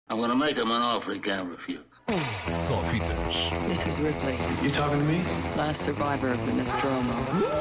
I'm gonna make him an offer he can't refuse. Só fitas. This is Ripley, You talking to me? last survivor of the Nostromo.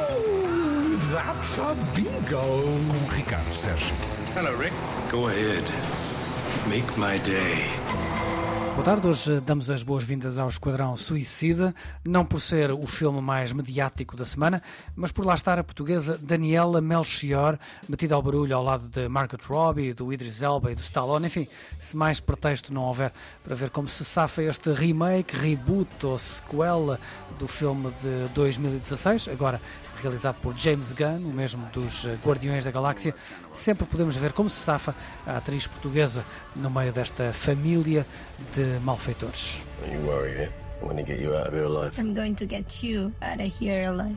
That's a bingo. Com Ricardo Sérgio. Hello, Rick. Go ahead. Make my day. Boa tarde, hoje damos as boas-vindas ao Esquadrão Suicida, não por ser o filme mais mediático da semana, mas por lá estar a portuguesa Daniela Melchior, metida ao barulho ao lado de Margot Robbie, do Idris Elba e do Stallone, enfim, se mais pretexto não houver para ver como se safa este remake, reboot ou sequela do filme de 2016, agora realizado por James Gunn, o mesmo dos Guardiões da Galáxia, sempre podemos ver como se safa a atriz portuguesa no meio desta família de malfeitores. Don't you worry, eh? I'm gonna get you out of here alive. I'm going to get you out of here alive.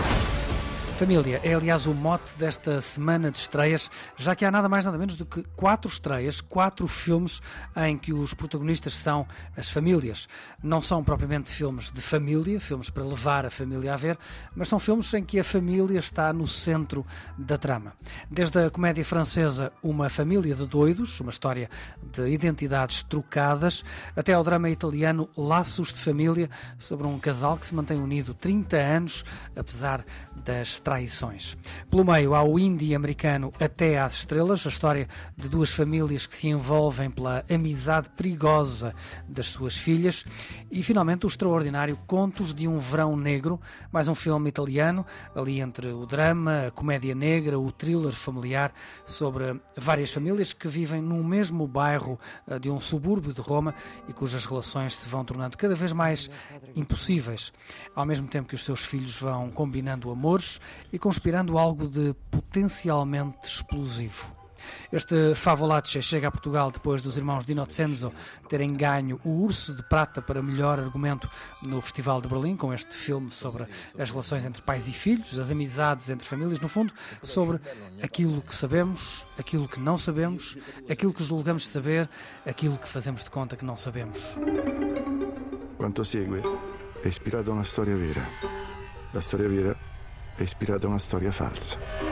Família é, aliás, o mote desta semana de estreias, já que há nada mais nada menos do que 4 estreias, 4 filmes em que os protagonistas são as famílias. Não são propriamente filmes de família, filmes para levar a família a ver, mas são filmes em que a família está no centro da trama. Desde a comédia francesa Uma Família de Doidos, uma história de identidades trocadas, até ao drama italiano Laços de Família, sobre um casal que se mantém unido 30 anos, apesar das traições. Pelo meio há o indie americano Até às Estrelas, a história de 2 famílias que se envolvem pela amizade perigosa das suas filhas, e finalmente o extraordinário Contos de um Verão Negro, mais um filme italiano, ali entre o drama, a comédia negra, o thriller familiar, sobre várias famílias que vivem no mesmo bairro de um subúrbio de Roma e cujas relações se vão tornando cada vez mais impossíveis, ao mesmo tempo que os seus filhos vão combinando amores e conspirando algo de potencialmente explosivo. Este Favolace chega a Portugal depois dos irmãos Di Innocenzo terem ganho o Urso de Prata para melhor argumento no Festival de Berlim, com este filme sobre as relações entre pais e filhos, as amizades entre famílias, no fundo, sobre aquilo que sabemos, aquilo que não sabemos, aquilo que julgamos saber, aquilo que fazemos de conta que não sabemos. Quanto segue è ispirato a una storia vera. La storia vera è ispirata a una storia falsa.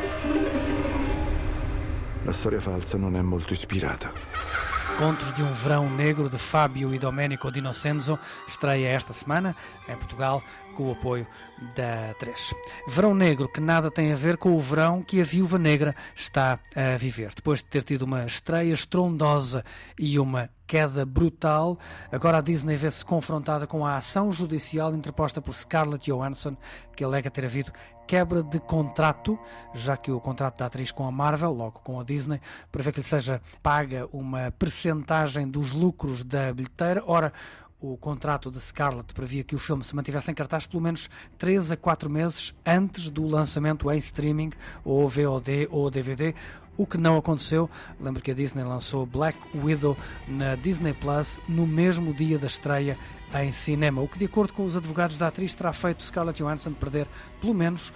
La storia falsa non è molto ispirata. Contos de um Verão Negro, de Fábio e Domenico Di Innocenzo, estreia esta semana em Portugal com o apoio da 3. Verão Negro que nada tem a ver com o verão que a Viúva Negra está a viver. Depois de ter tido uma estreia estrondosa e uma queda brutal, agora a Disney vê-se confrontada com a ação judicial interposta por Scarlett Johansson, que alega ter havido quebra de contrato, já que o contrato da atriz com a Marvel, logo com a Disney, prevê que lhe seja paga uma percentagem dos lucros da bilheteira. Ora, o contrato de Scarlett previa que o filme se mantivesse em cartaz pelo menos 3 a 4 meses antes do lançamento em streaming, ou VOD ou DVD, o que não aconteceu. Lembro que a Disney lançou Black Widow na Disney Plus no mesmo dia da estreia em cinema, o que, de acordo com os advogados da atriz, terá feito Scarlett Johansson perder pelo menos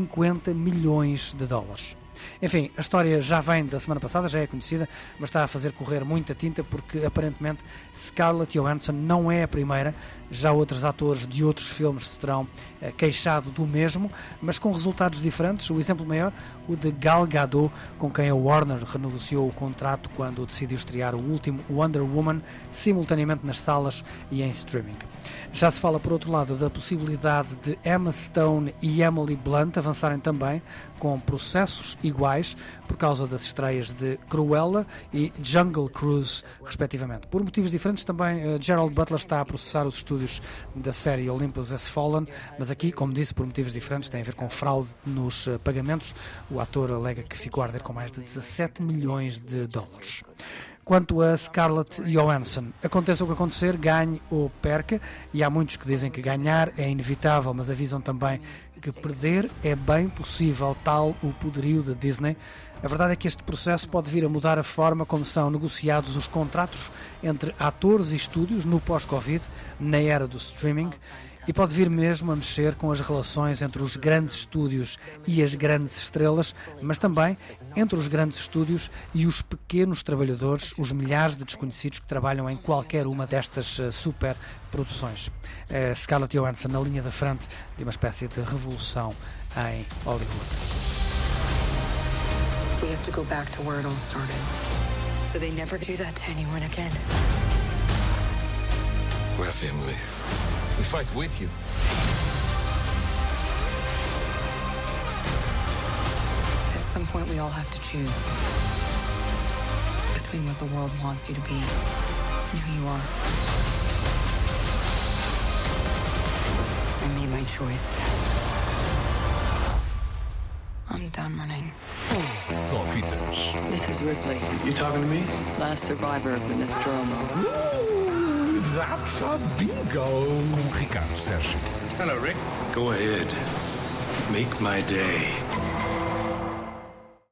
50 milhões de dólares. Enfim, a história já vem da semana passada, já é conhecida, mas está a fazer correr muita tinta porque aparentemente Scarlett Johansson não é a primeira. Já outros atores de outros filmes se terão queixado do mesmo, mas com resultados diferentes. O exemplo maior, o de Gal Gadot, com quem a Warner renegociou o contrato quando decidiu estrear o último Wonder Woman simultaneamente nas salas e em streaming. Já se fala, por outro lado, da possibilidade de Emma Stone e Emily Blunt avançarem também com processos iguais por causa das estreias de Cruella e Jungle Cruise, respectivamente. Por motivos diferentes também, Gerald Butler está a processar os estúdios da série Olympus Has Fallen, mas aqui, como disse, por motivos diferentes, tem a ver com fraude nos pagamentos. O ator alega que ficou a arder com mais de 17 milhões de dólares. Quanto a Scarlett Johansson, aconteça o que acontecer, ganhe ou perca, e há muitos que dizem que ganhar é inevitável, mas avisam também que perder é bem possível, tal o poderio da Disney. A verdade é que este processo pode vir a mudar a forma como são negociados os contratos entre atores e estúdios no pós-Covid, na era do streaming, e pode vir mesmo a mexer com as relações entre os grandes estúdios e as grandes estrelas, mas também entre os grandes estúdios e os pequenos trabalhadores, os milhares de desconhecidos que trabalham em qualquer uma destas super produções. Scarlett Johansson na linha da frente de uma espécie de revolução em Hollywood. We have to go back to where it all started, so they never do that to anyone again. We're family. We fight with you. At some point, we all have to choose between what the world wants you to be and who you are. I made my choice. I'm done running. Só fitas. This is Ripley, You talking to me? last survivor of the Nostromo. Ooh, that's a bingo. Com Ricardo Sérgio. Hello, Rick. Go ahead. Make my day.